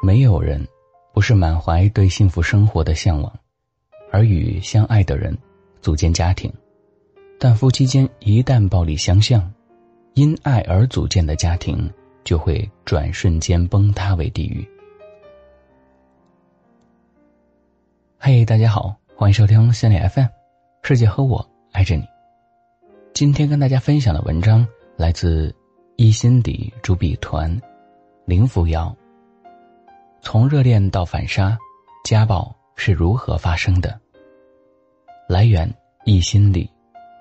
没有人不是满怀对幸福生活的向往，而与相爱的人组建家庭。但夫妻间一旦暴力相向，因爱而组建的家庭就会转瞬间崩塌为地狱。嘿，大家好，欢迎收听心理 FM， 世界和我爱着你。今天跟大家分享的文章来自一心底主笔团林扶摇。从热恋到反杀，家暴是如何发生的？来源一心理。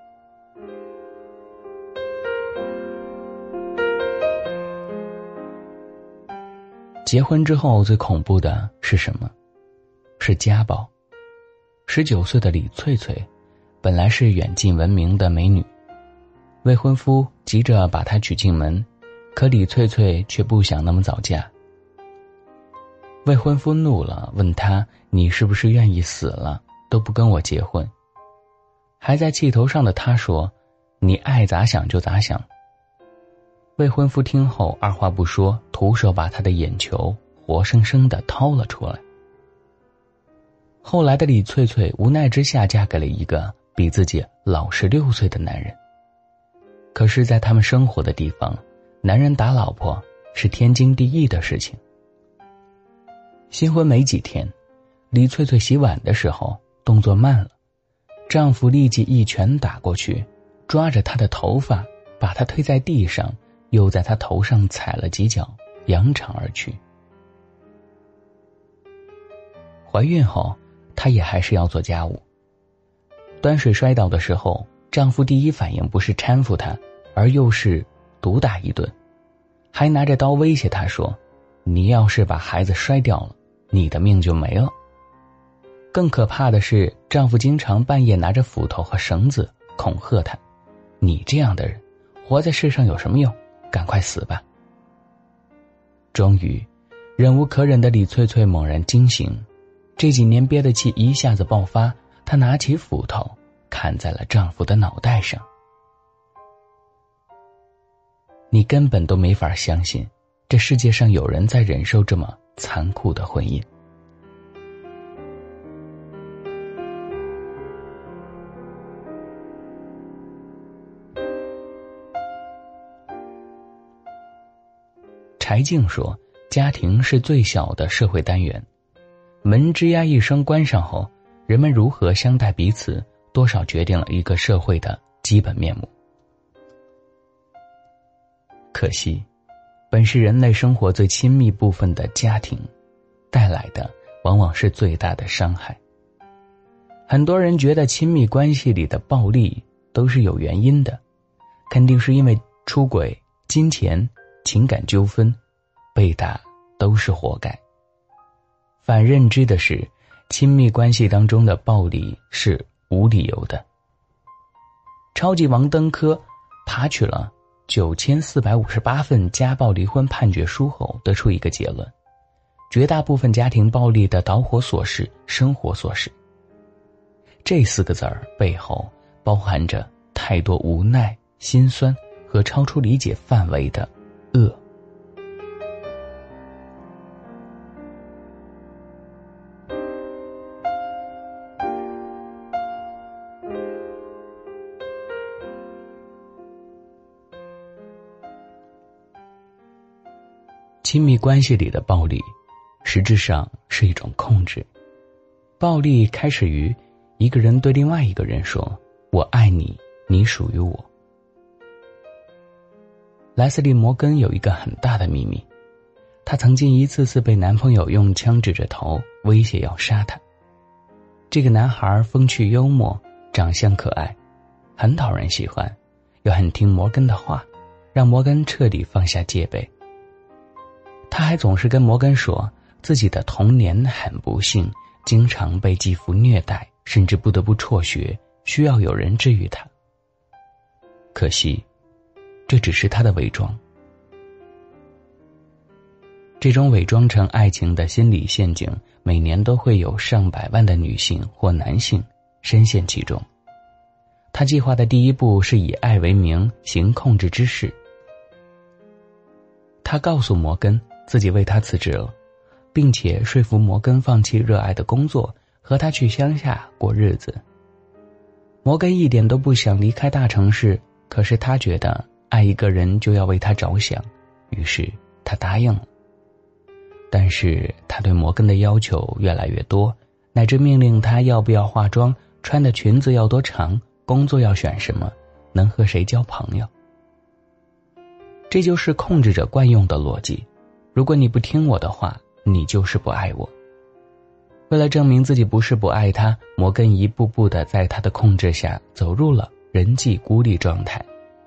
结婚之后最恐怖的是什么？是家暴。19岁的李翠翠本来是远近闻名的美女，未婚夫急着把她娶进门，可李翠翠却不想那么早嫁。未婚夫怒了，问她：你是不是愿意死了都不跟我结婚？还在气头上的她说：你爱咋想就咋想。未婚夫听后二话不说，徒手把她的眼球活生生地掏了出来。后来的李翠翠无奈之下嫁给了一个比自己老16岁的男人。可是在他们生活的地方，男人打老婆是天经地义的事情。新婚没几天，李翠翠洗碗的时候动作慢了，丈夫立即一拳打过去，抓着她的头发把她推在地上，又在她头上踩了几脚，扬长而去。怀孕后，她也还是要做家务。端水摔倒的时候，丈夫第一反应不是搀扶她，而又是毒打一顿，还拿着刀威胁她说：你要是把孩子摔掉了，你的命就没了。更可怕的是，丈夫经常半夜拿着斧头和绳子恐吓她：你这样的人活在世上有什么用，赶快死吧。终于忍无可忍的李翠翠猛然惊醒，这几年憋的气一下子爆发，她拿起斧头砍在了丈夫的脑袋上。你根本都没法相信，这世界上有人在忍受这么残酷的婚姻。柴静说，家庭是最小的社会单元，门吱呀一声关上后，人们如何相待彼此，多少决定了一个社会的基本面目。可惜，本是人类生活最亲密部分的家庭，带来的往往是最大的伤害。很多人觉得亲密关系里的暴力都是有原因的，肯定是因为出轨、金钱、情感纠纷，被打都是活该。反认知的是，亲密关系当中的暴力是无理由的。超级王登科爬取了9458份家暴离婚判决书后，得出一个结论：绝大部分家庭暴力的导火索是生活琐事。这4个字儿背后包含着太多无奈、心酸和超出理解范围的恶。亲密关系里的暴力实质上是一种控制。暴力开始于一个人对另外一个人说：我爱你，你属于我。莱斯利·摩根有一个很大的秘密，她曾经一次次被男朋友用枪指着头，威胁要杀她。这个男孩风趣幽默，长相可爱，很讨人喜欢，又很听摩根的话，让摩根彻底放下戒备。他还总是跟摩根说自己的童年很不幸，经常被继父虐待，甚至不得不辍学，需要有人治愈他。可惜，这只是他的伪装。这种伪装成爱情的心理陷阱，每年都会有上百万的女性或男性深陷其中。他计划的第一步是以爱为名行控制之事。他告诉摩根自己为他辞职了， 并且说服摩根放弃热爱的工作，和他去乡下过日子。摩根一点都不想离开大城市，可是他觉得爱一个人就要为他着想，于是他答应了。但是他对摩根的要求越来越多，乃至命令他要不要化妆，穿的裙子要多长，工作要选什么，能和谁交朋友。这就是控制者惯用的逻辑，如果你不听我的话，你就是不爱我。为了证明自己不是不爱他，摩根一步步地在他的控制下走入了人际孤立状态。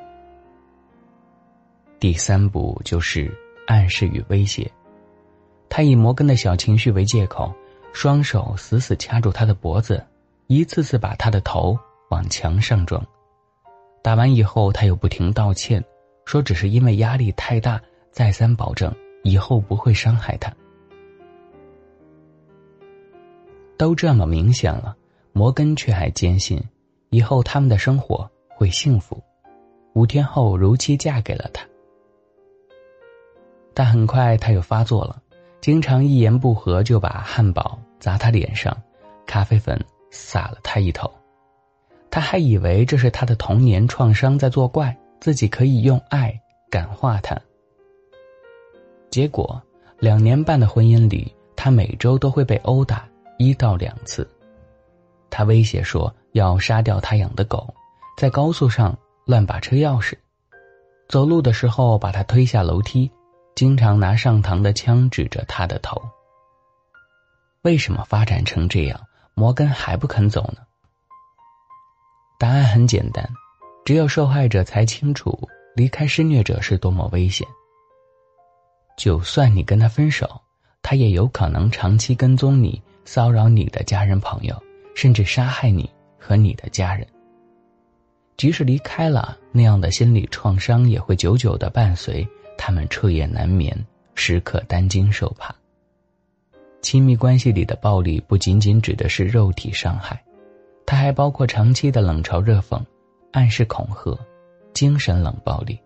第3步就是暗示与威胁。他以摩根的小情绪为借口，双手死死掐住他的脖子，一次次把他的头往墙上撞。打完以后他又不停道歉，说只是因为压力太大，再三保证以后不会伤害他。都这么明显了，摩根却还坚信以后他们的生活会幸福，5天后如期嫁给了他。但很快他又发作了，经常一言不合就把汉堡砸他脸上，咖啡粉洒了他一头。他还以为这是他的童年创伤在作怪，自己可以用爱感化他。结果2年半的婚姻里，他每周都会被殴打1到2次。他威胁说要杀掉他养的狗，在高速上乱把车钥匙，走路的时候把他推下楼梯，经常拿上膛的枪指着他的头。为什么发展成这样，摩根还不肯走呢？答案很简单，只有受害者才清楚离开施虐者是多么危险。就算你跟他分手，他也有可能长期跟踪你，骚扰你的家人朋友，甚至杀害你和你的家人。即使离开了，那样的心理创伤也会久久地伴随他们，彻夜难眠，时刻担惊受怕。亲密关系里的暴力不仅仅指的是肉体伤害，它还包括长期的冷嘲热讽、暗示恐吓、精神冷暴力。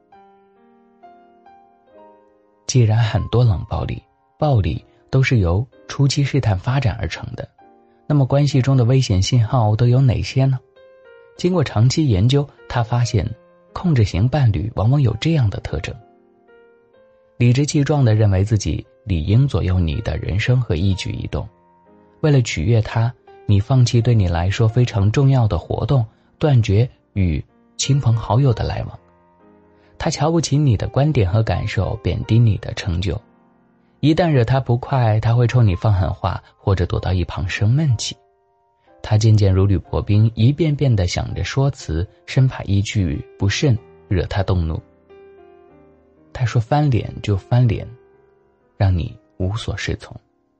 既然很多冷暴力都是由初期试探发展而成的，那么关系中的危险信号都有哪些呢？经过长期研究，他发现控制型伴侣往往有这样的特征：理直气壮地认为自己理应左右你的人生和一举一动，为了取悦他，你放弃对你来说非常重要的活动，断绝与亲朋好友的来往。他瞧不起你的观点和感受，贬低你的成就。一旦惹他不快，他会冲你放狠话，或者躲到一旁生闷气。他渐渐如履薄冰，一遍遍地想着说辞，生怕一句不慎惹他动怒。他说翻脸就翻脸，让你无所适从。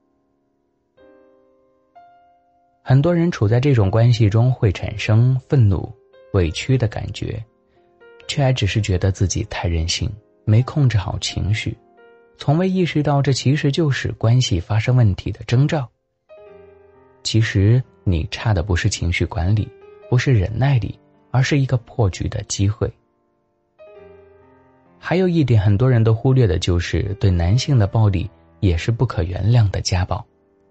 很多人处在这种关系中会产生愤怒、委屈的感觉，却还只是觉得自己太任性，没控制好情绪，从未意识到这其实就是关系发生问题的征兆。其实你差的不是情绪管理，不是忍耐力，而是一个破局的机会。还有一点很多人都忽略的，就是对男性的暴力也是不可原谅的家暴。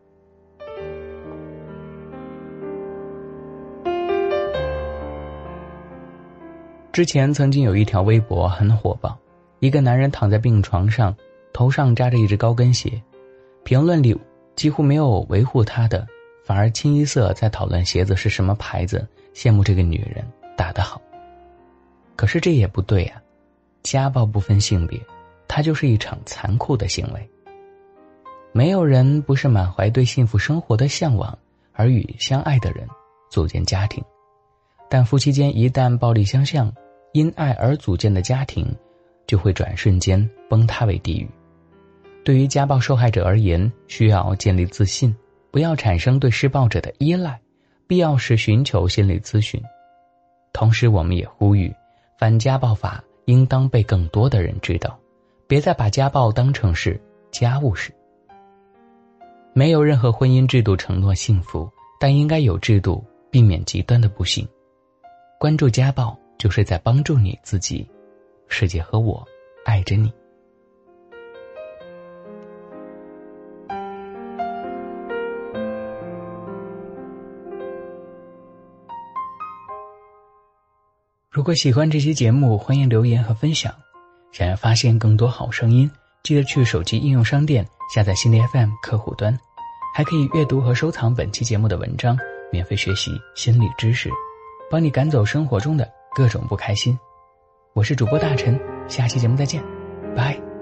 之前曾经有一条微博很火爆，一个男人躺在病床上，头上扎着一只高跟鞋，评论里几乎没有维护他的，反而清一色在讨论鞋子是什么牌子，羡慕这个女人打得好。可是这也不对啊，家暴不分性别，它就是一场残酷的行为。没有人不是满怀对幸福生活的向往而与相爱的人组建家庭，但夫妻间一旦暴力相向，因爱而组建的家庭就会转瞬间崩塌为地狱。对于家暴受害者而言，需要建立自信，不要产生对施暴者的依赖，必要时寻求心理咨询。同时我们也呼吁，反家暴法应当被更多的人知道，别再把家暴当成是家务事。没有任何婚姻制度承诺幸福，但应该有制度避免极端的不幸。关注家暴，就是在帮助你自己。世界和我爱着你。 如果喜欢这期节目，欢迎留言和分享。想要发现更多好声音，记得去手机应用商店下载心理 FM 客户端，还可以阅读和收藏本期节目的文章，免费学习心理知识，帮你赶走生活中的各种不开心。我是主播大陈，下期节目再见，拜。